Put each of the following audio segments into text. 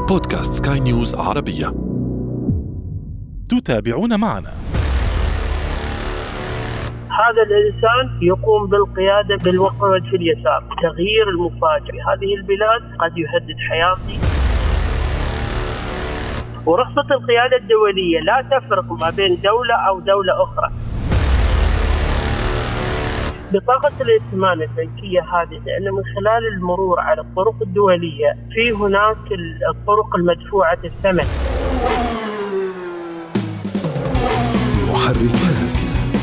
بودكاست سكاي نيوز عربية. تتابعون معنا. هذا الإنسان يقوم بالقيادة بالوقود في اليسار. تغيير المفاجئ في هذه البلاد قد يهدد حياتي. ورخصة القيادة الدولية لا تفرق ما بين دولة أو دولة أخرى. بطاقة الائتمان البنكية هذه، لأن من خلال المرور على الطرق الدولية في هناك الطرق المدفوعة الثمن. محركات.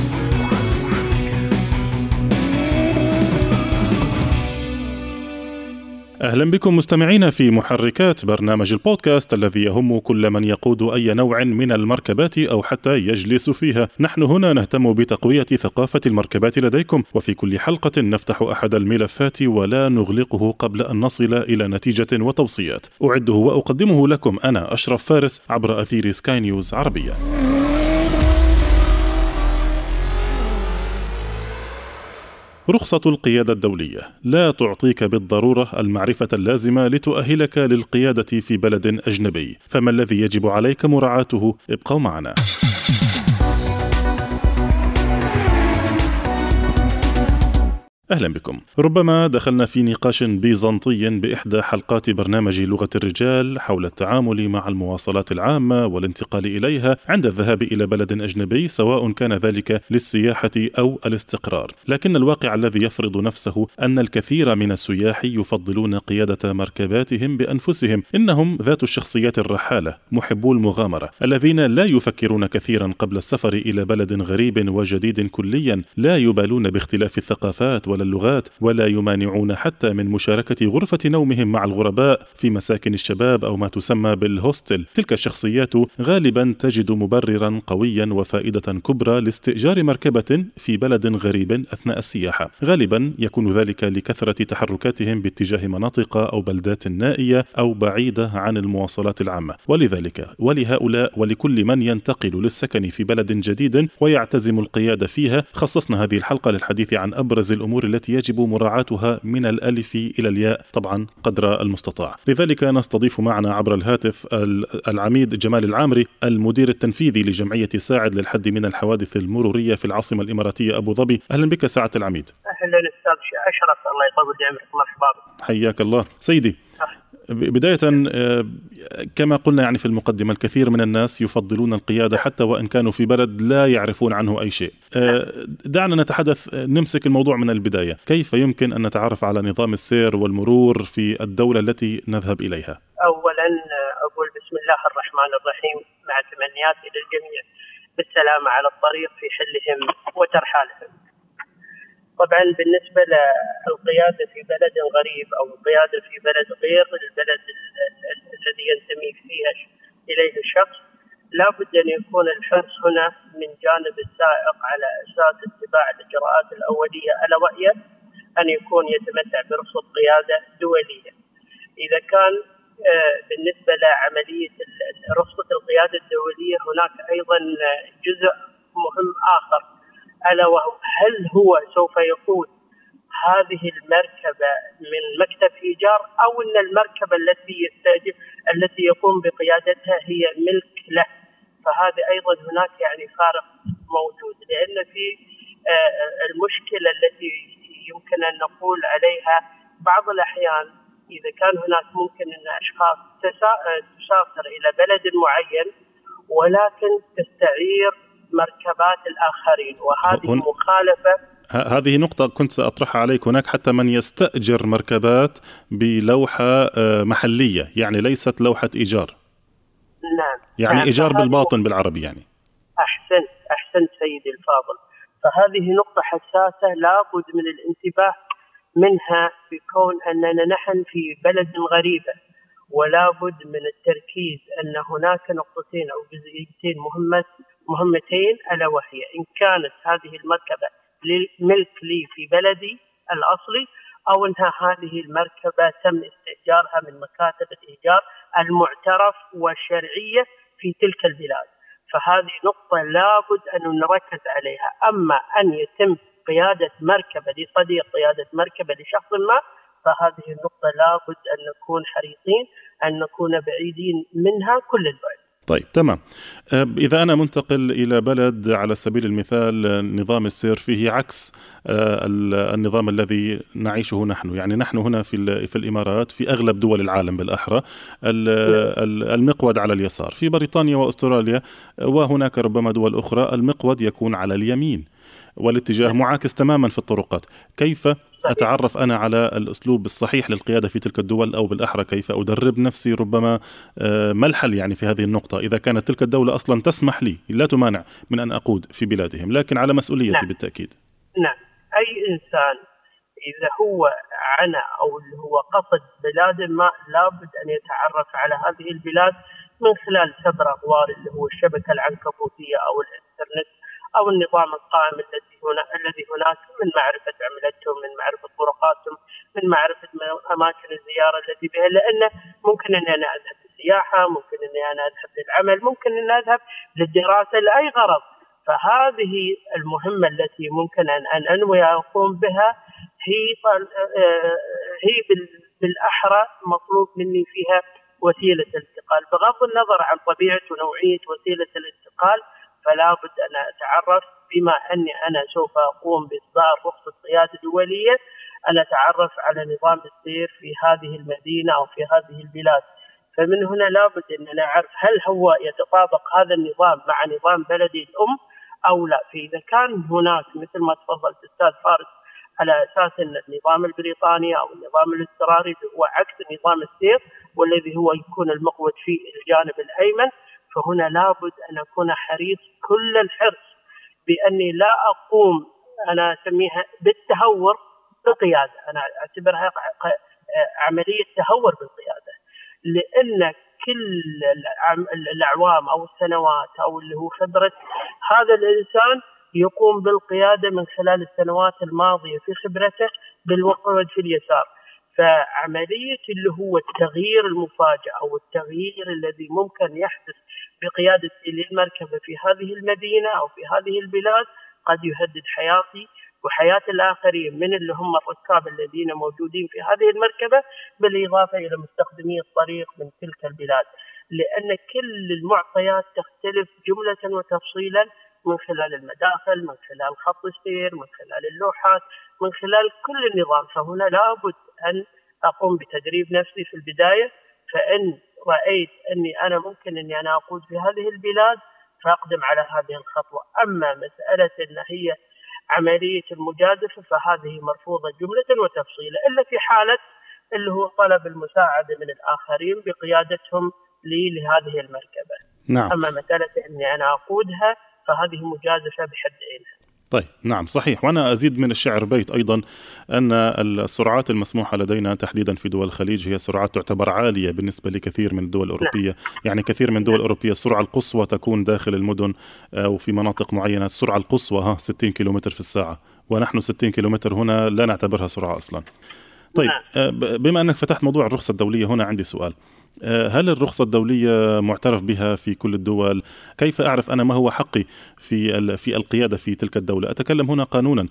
أهلا بكم مستمعين في محركات، برنامج البودكاست الذي يهم كل من يقود أي نوع من المركبات أو حتى يجلس فيها. نحن هنا نهتم بتقوية ثقافة المركبات لديكم، وفي كل حلقة نفتح أحد الملفات ولا نغلقه قبل أن نصل إلى نتيجة وتوصيات. أعده وأقدمه لكم أنا أشرف فارس عبر أثير سكاي نيوز عربية. رخصة القيادة الدولية لا تعطيك بالضرورة المعرفة اللازمة لتؤهلك للقيادة في بلد أجنبي، فما الذي يجب عليك مراعاته؟ ابقوا معنا. أهلا بكم. ربما دخلنا في نقاش بيزنطي بإحدى حلقات برنامج لغة الرجال حول التعامل مع المواصلات العامة والانتقال إليها عند الذهاب إلى بلد أجنبي، سواء كان ذلك للسياحة أو الاستقرار. لكن الواقع الذي يفرض نفسه أن الكثير من السياح يفضلون قيادة مركباتهم بأنفسهم. إنهم ذات الشخصيات الرحالة، محبو المغامرة، الذين لا يفكرون كثيرا قبل السفر إلى بلد غريب وجديد كليا، لا يبالون باختلاف الثقافات ولا اللغات، ولا يمانعون حتى من مشاركة غرفة نومهم مع الغرباء في مساكن الشباب أو ما تسمى بالهوستل. تلك الشخصيات غالبا تجد مبررا قويا وفائدة كبرى لاستئجار مركبة في بلد غريب أثناء السياحة. غالبا يكون ذلك لكثرة تحركاتهم باتجاه مناطق أو بلدات نائية أو بعيدة عن المواصلات العامة. ولذلك ولهؤلاء ولكل من ينتقل للسكن في بلد جديد ويعتزم القيادة فيها، خصصنا هذه الحلقة للحديث عن أبرز الأمور التي يجب مراعاتها من الألف إلى الياء، طبعا قدر المستطاع. لذلك نستضيف معنا عبر الهاتف العميد جمال العامري، المدير التنفيذي لجمعية ساعد للحد من الحوادث المرورية في العاصمة الإماراتية أبو ظبي. أهلا بك سعادة العميد. أهلا أستاذ أشرف، الله يطول عمرك، مرحبا. حياك الله سيدي. بداية كما قلنا في المقدمة، الكثير من الناس يفضلون القيادة حتى وإن كانوا في بلد لا يعرفون عنه أي شيء. دعنا نتحدث، نمسك الموضوع من البداية. كيف يمكن أن نتعرف على نظام السير والمرور في الدولة التي نذهب إليها؟ أولا أقول بسم الله الرحمن الرحيم، مع تمنياتي للجميع بالسلامة على الطريق في حلهم وترحالهم. طبعا بالنسبة للقيادة في بلد غريب أو القيادة في بلد غير البلد الذي ينتمي إليه الشخص، لابد أن يكون الحرص هنا من جانب السائق على أساس اتباع الإجراءات الأولية، ألا وهي أن يكون يتمتع برخصة قيادة دولية. إذا كان بالنسبة لعملية رخصة القيادة الدولية، هناك أيضا جزء مهم آخر، ألا وهو هل هو سوف يقود هذه المركبة من مكتب إيجار، أو أن المركبة التي يقوم بقيادتها هي ملك له. فهذا أيضا هناك فارق موجود، لأن في المشكلة التي يمكن أن نقول عليها بعض الأحيان إذا كان هناك ممكن أن أشخاص تسافر إلى بلد معين ولكن تستعير مركبات الآخرين، وهذه مخالفة. هذه نقطة كنت سأطرحها عليك. هناك حتى من يستأجر مركبات بلوحة محلية، ليست لوحة إيجار. نعم، إيجار بالباطن بالعربي. أحسنت سيدي الفاضل. فهذه نقطة حساسة لابد من الانتباه منها، بكون أننا نحن في بلد غريبة، ولا بد من التركيز أن هناك نقطتين أو جزئيتين مهمتين، ألا وهي إن كانت هذه المركبة ملك لي في بلدي الأصلي، أو أنها هذه المركبة تم استئجارها من مكاتب الإيجار المعترف والشرعية في تلك البلاد. فهذه نقطة لابد أن نركز عليها. أما أن يتم قيادة مركبة لصديق، قيادة مركبة لشخص ما، فهذه النقطة لابد أن نكون حريصين أن نكون بعيدين منها كل البعد. طيب تمام. إذا أنا منتقل إلى بلد على سبيل المثال نظام السير فيه عكس النظام الذي نعيشه نحن، يعني نحن هنا في الإمارات، في أغلب دول العالم بالأحرى المقود على اليسار، في بريطانيا وأستراليا وهناك ربما دول أخرى المقود يكون على اليمين والاتجاه معاكس تماما في الطرقات. كيف أتعرف أنا على الأسلوب الصحيح للقيادة في تلك الدول، أو بالأحرى كيف أدرب نفسي ربما ما الحل يعني في هذه النقطة إذا كانت تلك الدولة أصلا تسمح لي لا تمانع من أن أقود في بلادهم، لكن على مسؤوليتي؟ نعم. بالتأكيد. نعم، أي إنسان إذا هو عنا أو اللي هو قصد بلاد ما لابد أن يتعرف على هذه البلاد من خلال سبر أغوار اللي هو الشبكة العنكبوتية أو الإنترنت أو النظام القائم الذي هناك، من معرفة عملتهم، من معرفة طرقاتهم، من معرفة أماكن الزيارة التي بها، لأنه ممكن أن أنا أذهب للسياحة، ممكن أن أنا أذهب للعمل، ممكن أن أذهب للدراسة لأي غرض. فهذه المهمة التي ممكن أن أنوي أقوم بها هي بالأحرى مطلوب مني فيها وسيلة الانتقال، بغض النظر عن طبيعة ونوعية وسيلة الانتقال. فلا بد أن أتعرف، بما أني أنا سوف أقوم بإصدار رخصة قيادة دولية، أن أتعرف على نظام السير في هذه المدينة أو في هذه البلاد. فمن هنا لا بد أن أنا أعرف هل هو يتطابق هذا النظام مع نظام بلدي الأم أو لا. فإذا كان هناك مثل ما تفضلت أستاذ فارس على أساس أن النظام البريطاني أو النظام الاسترالي هو عكس نظام السير والذي هو يكون المقود في الجانب الأيمن، فهنا لابد أن أكون حريص كل الحرص بأني لا أقوم، أنا أسميها بالتهور بالقيادة، أنا أعتبرها عملية تهور بالقيادة، لأن كل الأعوام أو السنوات أو اللي هو خبرة هذا الإنسان يقوم بالقيادة من خلال السنوات الماضية في خبرته بالوقود في اليسار. فعملية اللي هو التغيير المفاجئ أو التغيير الذي ممكن يحدث بقيادة المركبة في هذه المدينة أو في هذه البلاد قد يهدد حياتي وحياة الآخرين من اللي هم الركاب الذين موجودين في هذه المركبة، بالإضافة إلى مستخدمي الطريق من تلك البلاد، لأن كل المعطيات تختلف جملة وتفصيلا من خلال المداخل، من خلال خط السير، من خلال اللوحات، من خلال كل النظام. فهنا لابد أن أقوم بتدريب نفسي في البداية، فإن رأيت أني أنا ممكن أني أنا أقود في هذه البلاد فأقدم على هذه الخطوة. أما مسألة أن هي عملية المجازفة فهذه مرفوضة جملة وتفصيلا، إلا في حالة اللي هو طلب المساعدة من الآخرين بقيادتهم لي لهذه المركبة. نعم. أما مسألة أني أنا أقودها فهذه مجازفة بحد عينها. طيب نعم صحيح. وأنا أزيد من الشعر بيت أيضا أن السرعات المسموحة لدينا تحديدا في دول الخليج هي سرعات تعتبر عالية بالنسبة لكثير من الدول الأوروبية. نعم. يعني كثير من الدول الأوروبية السرعة القصوى تكون داخل المدن وفي مناطق معينة السرعة القصوى 60 كيلومتر في الساعة، ونحن 60 كيلومتر هنا لا نعتبرها سرعة أصلا. طيب بما أنك فتحت موضوع الرخصة الدولية، هنا عندي سؤال: هل الرخصة الدولية معترف بها في كل الدول؟ كيف أعرف أنا ما هو حقي في القيادة في تلك الدولة؟ أتكلم هنا قانونا.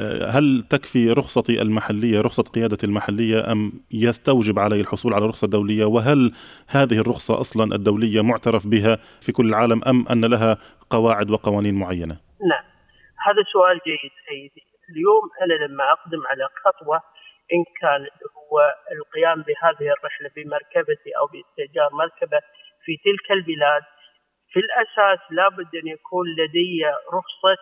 هل تكفي رخصتي المحلية، رخصة قيادتي المحلية، أم يستوجب علي الحصول على رخصة دولية؟ وهل هذه الرخصة أصلا الدولية معترف بها في كل العالم، أم أن لها قواعد وقوانين معينة؟ نعم، هذا سؤال جيد سيدي. اليوم أنا لما أقدم على خطوة إن كان هو القيام بهذه الرحلة بمركبتي أو باستئجار مركبة في تلك البلاد، في الأساس لابد أن يكون لدي رخصة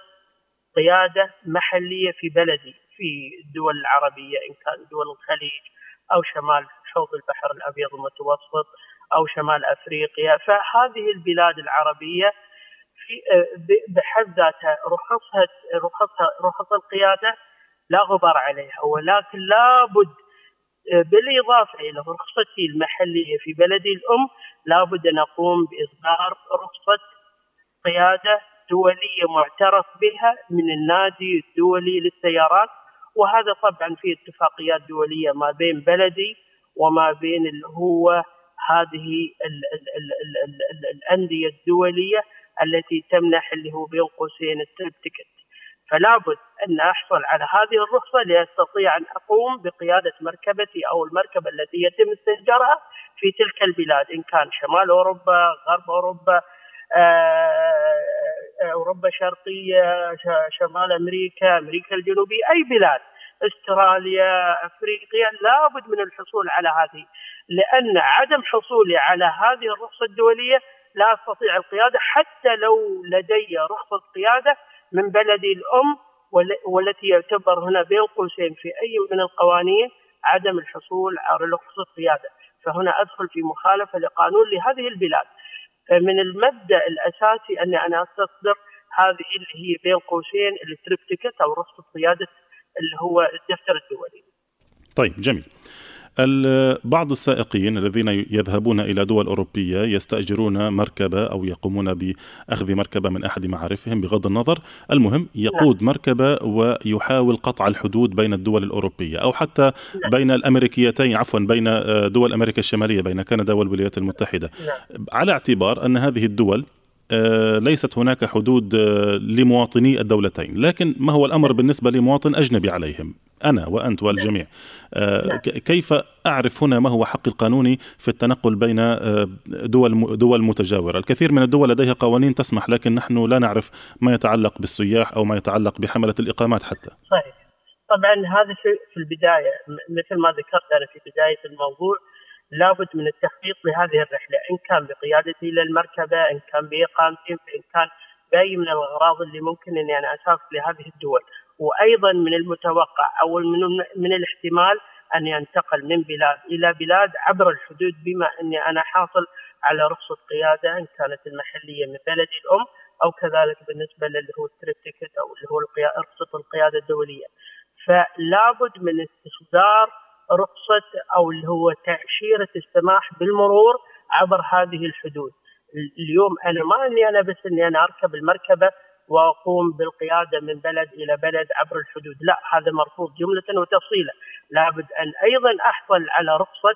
قيادة محلية في بلدي، في الدول العربية إن كان دول الخليج أو شمال حوض البحر الأبيض المتوسط أو شمال أفريقيا. فهذه البلاد العربية بحد ذاتها رخص القيادة لا غبار عليها، ولكن لابد بالإضافة إلى رخصتي المحلية في بلدي الأم لابد أن أقوم بإصدار رخصة قيادة دولية معترف بها من النادي الدولي للسيارات، وهذا طبعا في اتفاقيات دولية ما بين بلدي وما بين اللي هو هذه الأندية الدولية التي تمنح اللي هو بين قوسين التيكت. فلا بد أن أحصل على هذه الرخصة لأستطيع أن أقوم بقيادة مركبتي أو المركبة التي يتم استئجارها في تلك البلاد، إن كان شمال أوروبا، غرب أوروبا، أوروبا الشرقية، شمال أمريكا، أمريكا الجنوبية، أي بلاد، استراليا، أفريقيا. لا بد من الحصول على هذه، لأن عدم حصولي على هذه الرخصة الدولية لا أستطيع القيادة، حتى لو لدي رخصة قيادة من بلدي الأم، والتي يعتبر هنا بين قوسين في أي من القوانين عدم الحصول على رخصة قيادة، فهنا أدخل في مخالفة لقانون لهذه البلاد. فمن المبدأ الأساسي أن أنا أستصدر هذه اللي هي بين قوسين التريب تيكت أو رخصة قيادة اللي هو الدفتر الدولي. طيب جميل. بعض السائقين الذين يذهبون إلى دول أوروبية يستأجرون مركبة أو يقومون بأخذ مركبة من أحد معارفهم بغض النظر، المهم يقود مركبة ويحاول قطع الحدود بين الدول الأوروبية أو حتى بين الأمريكيتين، عفوا بين دول أمريكا الشمالية، بين كندا والولايات المتحدة، على اعتبار أن هذه الدول ليست هناك حدود لمواطني الدولتين. لكن ما هو الأمر بالنسبة لمواطن أجنبي عليهم، أنا وأنت والجميع؟ كيف أعرف هنا ما هو حقي القانوني في التنقل بين دول متجاورة؟ الكثير من الدول لديها قوانين تسمح، لكن نحن لا نعرف ما يتعلق بالسياح أو ما يتعلق بحملة الإقامات حتى. صحيح. طبعا هذا في البداية مثل ما ذكرت أنا في بداية الموضوع، لابد من التخطيط لهذه الرحلة، إن كان بقيادتي للمركبة، إن كان بإقامتي، إن كان بأي من الأغراض اللي ممكن أني أنا أسافر لهذه الدول. وأيضا من المتوقع أو من الاحتمال أن ينتقل من بلاد إلى بلاد عبر الحدود، بما أني أنا حاصل على رخصة قيادة إن كانت المحلية من بلدي الأم، أو كذلك بالنسبة اللي هو التريب تيكت أو اللي هو رخصة القيادة الدولية. فلا بد من استصدار رخصة أو اللي هو تأشيرة السماح بالمرور عبر هذه الحدود. اليوم أنا ما أني أنا بس أني أنا أركب المركبة وأقوم بالقيادة من بلد إلى بلد عبر الحدود، لا، هذا مرفوض جملة وتفصيلا. لابد أن أيضا أحصل على رخصة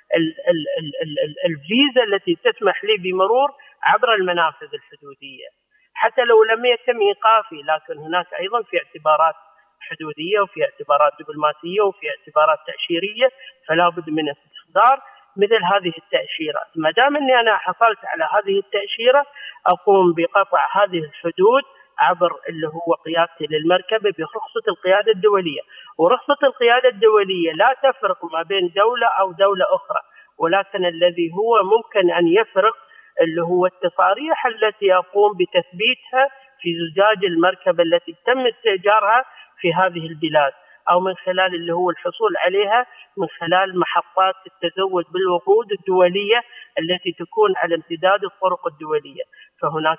الفيزا التي تسمح لي بمرور عبر المنافذ الحدودية، حتى لو لم يتم إيقافي، لكن هناك أيضا في اعتبارات حدودية وفي اعتبارات دبلوماسية وفي اعتبارات تأشيرية، فلا بد من استصدار مثل هذه التأشيرات. ما دام أني أنا حصلت على هذه التأشيرة، أقوم بقطع هذه الحدود عبر اللي هو قيادتي للمركبة برخصة القيادة الدولية. ورخصة القيادة الدولية لا تفرق ما بين دولة أو دولة أخرى، ولكن الذي هو ممكن أن يفرق اللي هو التصاريح التي أقوم بتثبيتها في زجاج المركبة التي تم استئجارها في هذه البلاد، أو من خلال اللي هو الحصول عليها من خلال محطات التزود بالوقود الدولية التي تكون على امتداد الطرق الدولية. فهناك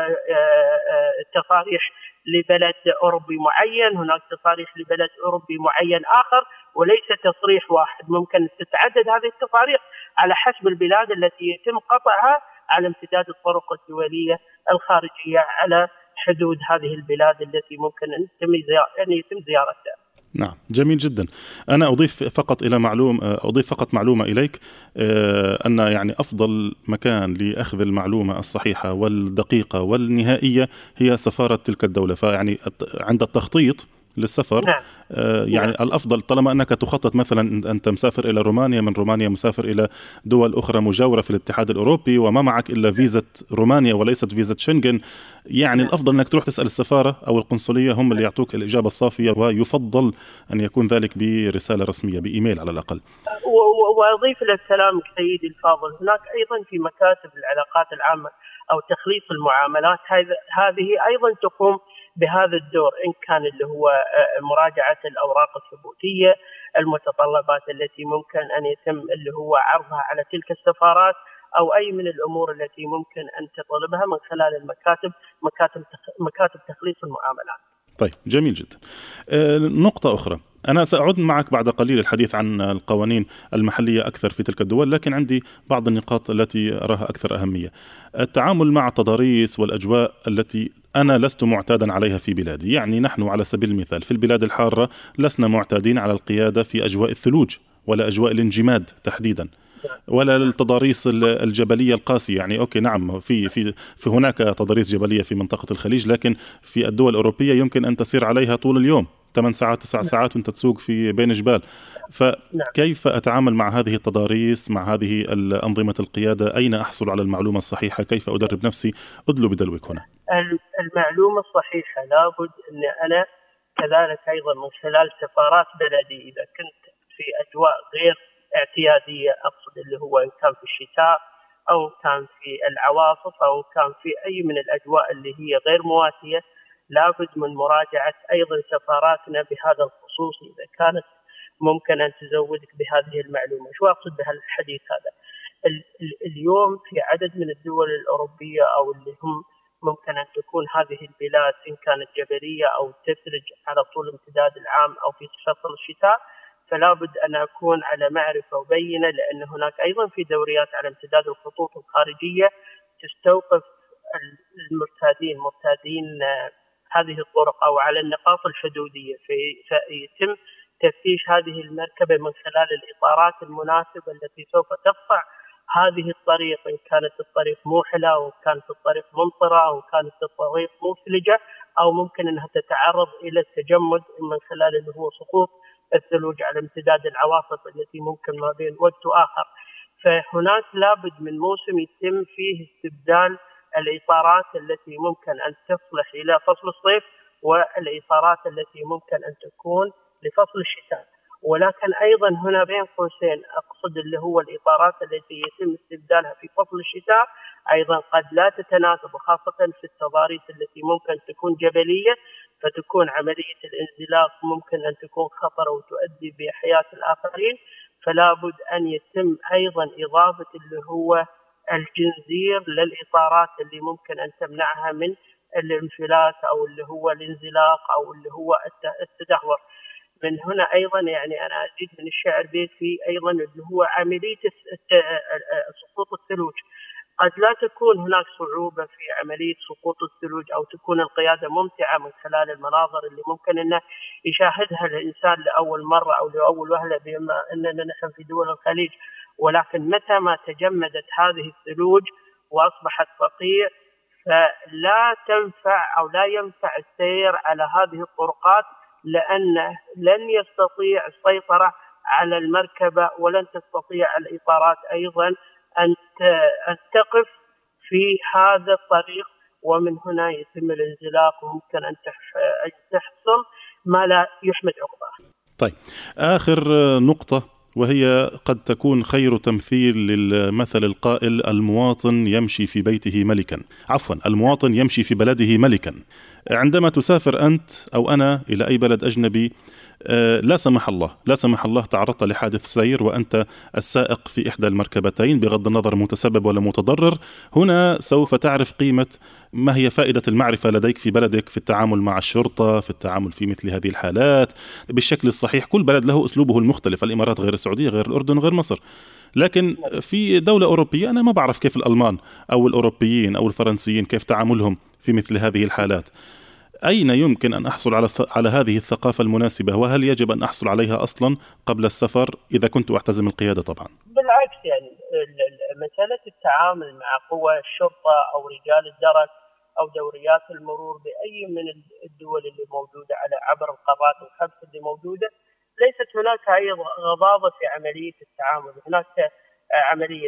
تصاريح لبلد أوروبي معين، هناك تصاريح لبلد أوروبي معين آخر، وليس تصريح واحد. ممكن تتعدد هذه التصاريح على حسب البلاد التي يتم قطعها على امتداد الطرق الدولية الخارجية على حدود هذه البلاد التي ممكن أن يتم زيارتها. نعم، جميل جدا. أنا أضيف فقط معلومة إليك، أن يعني أفضل مكان لأخذ المعلومة الصحيحة والدقيقة والنهائية هي سفارة تلك الدولة. فيعني عند التخطيط للسفر يعني الأفضل طالما أنك تخطط مثلا أنت مسافر إلى رومانيا، من رومانيا مسافر إلى دول أخرى مجاورة في الاتحاد الأوروبي وما معك إلا فيزة رومانيا وليست فيزة شنغن، يعني الأفضل أنك تروح تسأل السفارة أو القنصلية، هم اللي يعطوك الإجابة الصافية، ويفضل أن يكون ذلك برسالة رسمية بإيميل على الأقل. وأضيف إلى كلامك سيدي الفاضل، هناك أيضا في مكاتب العلاقات العامة أو تخليص المعاملات هذه أيضا تقوم بهذا الدور، إن كان اللي هو مراجعة الأوراق الثبوتية، المتطلبات التي ممكن أن يتم اللي هو عرضها على تلك السفارات، أو أي من الأمور التي ممكن أن تطلبها من خلال مكاتب تخليص المعاملات. طيب جميل جدا. نقطة أخرى، أنا سأعود معك بعد قليل الحديث عن القوانين المحلية أكثر في تلك الدول، لكن عندي بعض النقاط التي أراها أكثر أهمية. التعامل مع التضاريس والأجواء التي أنا لست معتادا عليها في بلادي. يعني نحن على سبيل المثال في البلاد الحارة لسنا معتادين على القيادة في أجواء الثلوج ولا أجواء الانجماد تحديدا. ولا التضاريس الجبلية القاسية. يعني أوكي نعم، في هناك تضاريس جبلية في منطقة الخليج، لكن في الدول الأوروبية يمكن أن تسير عليها طول اليوم 8 ساعات 9 ساعات وأنت تسوق في بين جبال. فكيف أتعامل مع هذه التضاريس، مع هذه الأنظمة القيادة؟ أين أحصل على المعلومة الصحيحة؟ كيف أدرب نفسي؟ أدلو بدلوك هنا. المعلومة الصحيحة لابد أن أنا كذلك أيضا من خلال سفارات بلدي، إذا كنت في أجواء غير اعتيادية، أقصد اللي هو إن كان في الشتاء أو كان في العواصف أو كان في أي من الأجواء اللي هي غير مواتية، لابد من مراجعة أيضا سفاراتنا بهذا الخصوص إذا كانت ممكن أن تزودك بهذه المعلومة. شو أقصد بهالحديث هذا؟ اليوم في عدد من الدول الأوروبية أو اللي هم ممكن أن تكون هذه البلاد إن كانت جبلية أو تثلج على طول امتداد العام أو في فصل الشتاء، فلا بد أن أكون على معرفة وبينة، لأن هناك أيضا في دوريات على امتداد الخطوط الخارجية تستوقف مرتادين هذه الطرق أو على النقاط الحدودية، فيتم تفتيش هذه المركبة من خلال الإطارات المناسبة التي سوف تقطع هذه الطريق، إن كانت الطريق موحلة أو كانت الطريق ممطرة أو كانت الطريق مثلجة أو ممكن أنها تتعرض إلى التجمد من خلال اللي هو سقوط الثلوج على امتداد العواصف التي ممكن ما بين وقت وآخر. فهناك لابد من موسم يتم فيه استبدال الإطارات التي ممكن أن تصلح إلى فصل الصيف والإطارات التي ممكن أن تكون لفصل الشتاء. ولكن أيضا هنا بين قوسين أقصد اللي هو الإطارات التي يتم استبدالها في فصل الشتاء أيضا قد لا تتناسب، خاصة في التضاريس التي ممكن تكون جبلية، فتكون عملية الانزلاق ممكن أن تكون خطر وتؤدي بحياة الآخرين. فلا بد أن يتم أيضا إضافة اللي هو الجنزير للإطارات اللي ممكن أن تمنعها من الانفلات أو اللي هو الانزلاق أو اللي هو التدهور. من هنا أيضا يعني أنا أزيد من الشعر بيت في أيضا اللي هو عملية سقوط الثلوج. قد لا تكون هناك صعوبة في عملية سقوط الثلوج أو تكون القيادة ممتعة من خلال المناظر اللي ممكن أنه يشاهدها الإنسان لأول مرة أو لأول وهلة بما أننا نحن في دول الخليج، ولكن متى ما تجمدت هذه الثلوج وأصبحت صقيع فلا تنفع أو لا ينفع السير على هذه الطرقات، لأن لن يستطيع السيطرة على المركبة ولن تستطيع الإطارات أيضا أن تقف في هذا الطريق، ومن هنا يتم الانزلاق وممكن أن تحصل ما لا يحمد عقباه. طيب، آخر نقطة وهي قد تكون خير تمثيل للمثل القائل: المواطن يمشي في بيته ملكا، عفوا المواطن يمشي في بلده ملكا. عندما تسافر أنت أو أنا إلى أي بلد أجنبي، لا سمح الله تعرضت لحادث سير وأنت السائق في إحدى المركبتين، بغض النظر متسبب ولا متضرر، هنا سوف تعرف قيمة ما هي فائدة المعرفة لديك في بلدك في التعامل مع الشرطة، في التعامل في مثل هذه الحالات بالشكل الصحيح. كل بلد له أسلوبه المختلف، الإمارات غير السعودية غير الأردن غير مصر. لكن في دولة أوروبية أنا ما بعرف كيف الألمان أو الأوروبيين أو الفرنسيين كيف تعاملهم في مثل هذه الحالات. أين يمكن أن أحصل على هذه الثقافة المناسبة، وهل يجب أن أحصل عليها أصلا قبل السفر إذا كنت أحتزم القيادة؟ طبعا بالعكس، يعني مسألة التعامل مع قوى الشرطة أو رجال الدرك أو دوريات المرور بأي من الدول اللي موجودة على عبر القارات الخمس اللي موجودة، ليست هناك أي غضاضة في عملية التعامل. هناك عملية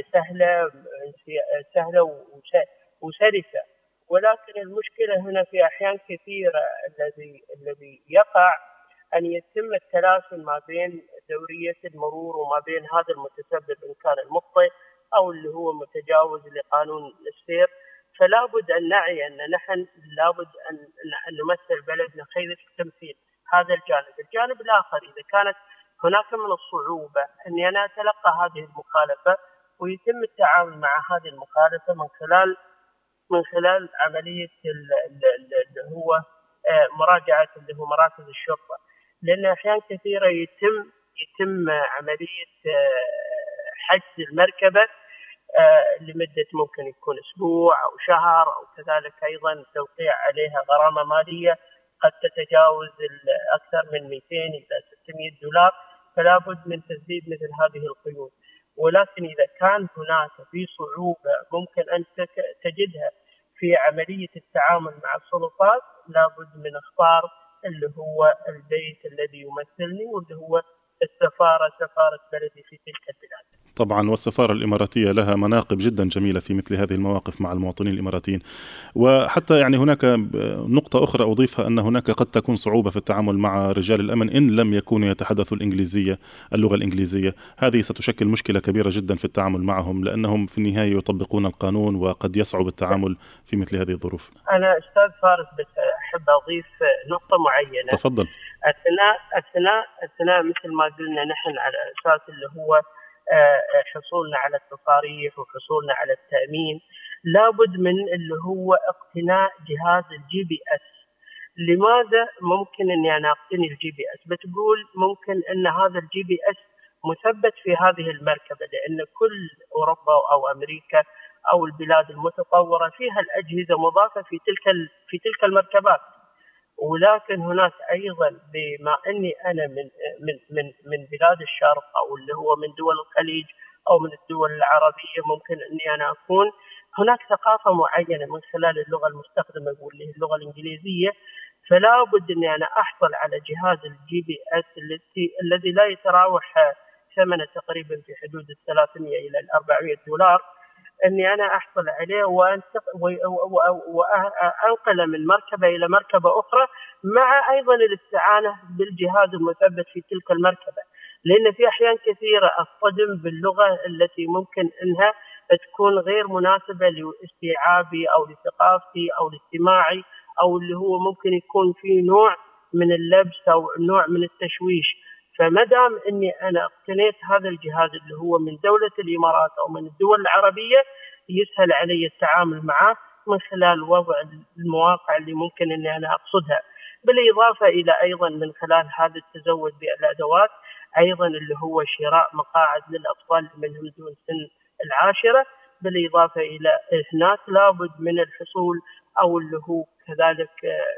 سهلة وسلسة، ولكن المشكلة هنا في أحيان كثيرة الذي يقع أن يتم التلاسل ما بين دورية المرور وما بين هذا المتسبب إن كان المخطئ أو اللي هو متجاوز لقانون السير. فلا بد أن نعي أن نحن لابد أن نمثل بلدنا خير التمثيل. هذا الجانب الآخر، إذا كانت هناك من الصعوبة أني أنا أتلقى هذه المخالفة ويتم التعامل مع هذه المخالفة من خلال عملية اللي هو مراجعة اللي هو مراكز الشرطة، لأن أحيان كثيرة يتم عملية حجز المركبة لمدة ممكن يكون أسبوع أو شهر، أو كذلك أيضا توقيع عليها غرامة مالية قد تتجاوز أكثر من 200 إلى $600. فلا بد من تسديد مثل هذه القيود. ولكن إذا كان هناك في صعوبة ممكن أن تجدها في عملية التعامل مع السلطات، لابد من اختار اللي هو البيت الذي يمثلني، واللي هو سفارة بلدي في تلك البلاد. طبعا، والسفارة الإماراتية لها مناقب جدا جميلة في مثل هذه المواقف مع المواطنين الإماراتيين. وحتى يعني هناك نقطة أخرى أضيفها، أن هناك قد تكون صعوبة في التعامل مع رجال الأمن إن لم يكونوا يتحدثوا اللغة الإنجليزية. هذه ستشكل مشكلة كبيرة جدا في التعامل معهم، لأنهم في النهاية يطبقون القانون وقد يصعب التعامل في مثل هذه الظروف. أنا أستاذ فارس بس أحب أضيف نقطة معينة. تفضل. أثناء مثل ما قلنا نحن على أساس اللي هو حصولنا على التصاريح وحصولنا على التأمين، لابد من اللي هو اقتناء جهاز الGPS. لماذا ممكن أني أنا أقتني الGPS؟ بتقول ممكن أن هذا الGPS مثبت في هذه المركبة، لأن كل أوروبا أو أمريكا أو البلاد المتطورة فيها الأجهزة مضافة في تلك المركبات. ولكن هناك أيضا بما أني أنا من بلاد الشرق أو اللي هو من دول الخليج أو من الدول العربية، ممكن أني أنا أكون هناك ثقافة معينة من خلال اللغة المستخدمة واللي هي اللغة الإنجليزية، فلا بد أني أنا أحصل على جهاز الGPS الذي لا يتراوح ثمنه تقريبا في حدود 300 إلى 400 دولار، أني أنا أحصل عليه وأنقل من مركبة إلى مركبة أخرى، مع أيضا الاستعانة بالجهاز المثبت في تلك المركبة. لأن في أحيان كثيرة أصطدم باللغة التي ممكن أنها تكون غير مناسبة لاستيعابي أو لثقافتي أو لاستماعي، أو اللي هو ممكن يكون في نوع من اللبس أو نوع من التشويش. فمدام أني أنا اقتنيت هذا الجهاز اللي هو من دولة الإمارات أو من الدول العربية، يسهل علي التعامل معه من خلال وضع المواقع اللي ممكن أني أنا أقصدها، بالإضافة إلى أيضا من خلال هذا التزود بالأدوات، أيضا اللي هو شراء مقاعد للأطفال منهم دون سن 10، بالإضافة إلى هناك لابد من الحصول أو اللي هو كذلك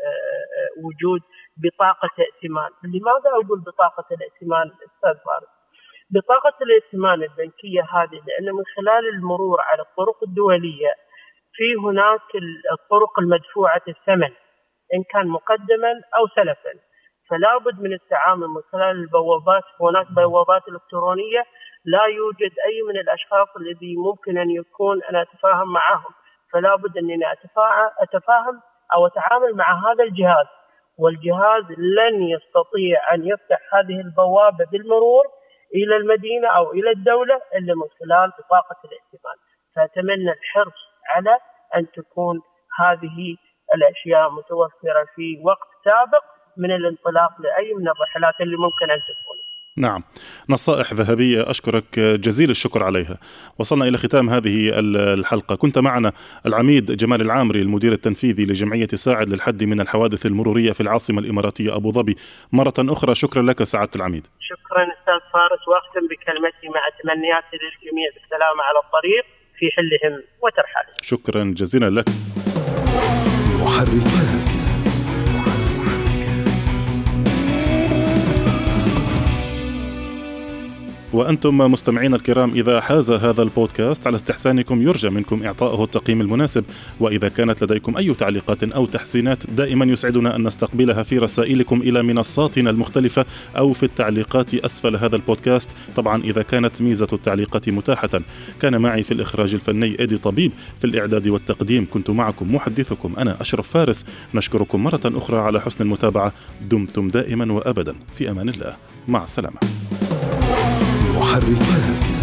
وجود بطاقة ائتمان. لماذا أقول بطاقة الائتمان أستاذ فارس؟ بطاقة الائتمان البنكية هذه لأن من خلال المرور على الطرق الدولية في هناك الطرق المدفوعة الثمن إن كان مقدما أو سلفا، فلا بد من التعامل من خلال البوابات. هناك بوابات إلكترونية لا يوجد أي من الأشخاص الذي ممكن أن يكون أنا أتفاهم معهم، فلا بد أنني أتفاهم أو أتعامل مع هذا الجهاز، والجهاز لن يستطيع أن يفتح هذه البوابة بالمرور إلى المدينة أو إلى الدولة إلا من خلال بطاقة الائتمان. فأتمنى الحرص على أن تكون هذه الأشياء متوفرة في وقت سابق من الانطلاق لأي من الرحلات اللي ممكن أن تكون. نعم، نصائح ذهبية أشكرك جزيل الشكر عليها. وصلنا إلى ختام هذه الحلقة. كنت معنا العميد جمال العامري، المدير التنفيذي لجمعية ساعد للحد من الحوادث المرورية في العاصمة الإماراتية أبو ظبي. مرة أخرى شكرا لك سعادة العميد. شكرا أستاذ فارس، وأختم بكلمتي مع تمنياتي للجميع بالسلامة على الطريق في حلهم وترحالهم. شكرا جزيلا لك. محركات. وأنتم مستمعين الكرام، إذا حاز هذا البودكاست على استحسانكم يرجى منكم إعطائه التقييم المناسب، وإذا كانت لديكم أي تعليقات أو تحسينات دائما يسعدنا أن نستقبلها في رسائلكم إلى منصاتنا المختلفة أو في التعليقات أسفل هذا البودكاست. طبعا إذا كانت ميزة التعليقات متاحة. كان معي في الإخراج الفني إيدي طبيب، في الإعداد والتقديم كنت معكم محدثكم أنا أشرف فارس. نشكركم مرة أخرى على حسن المتابعة. دمتم دائما وأبدا في أمان الله. مع السلامة. محركات.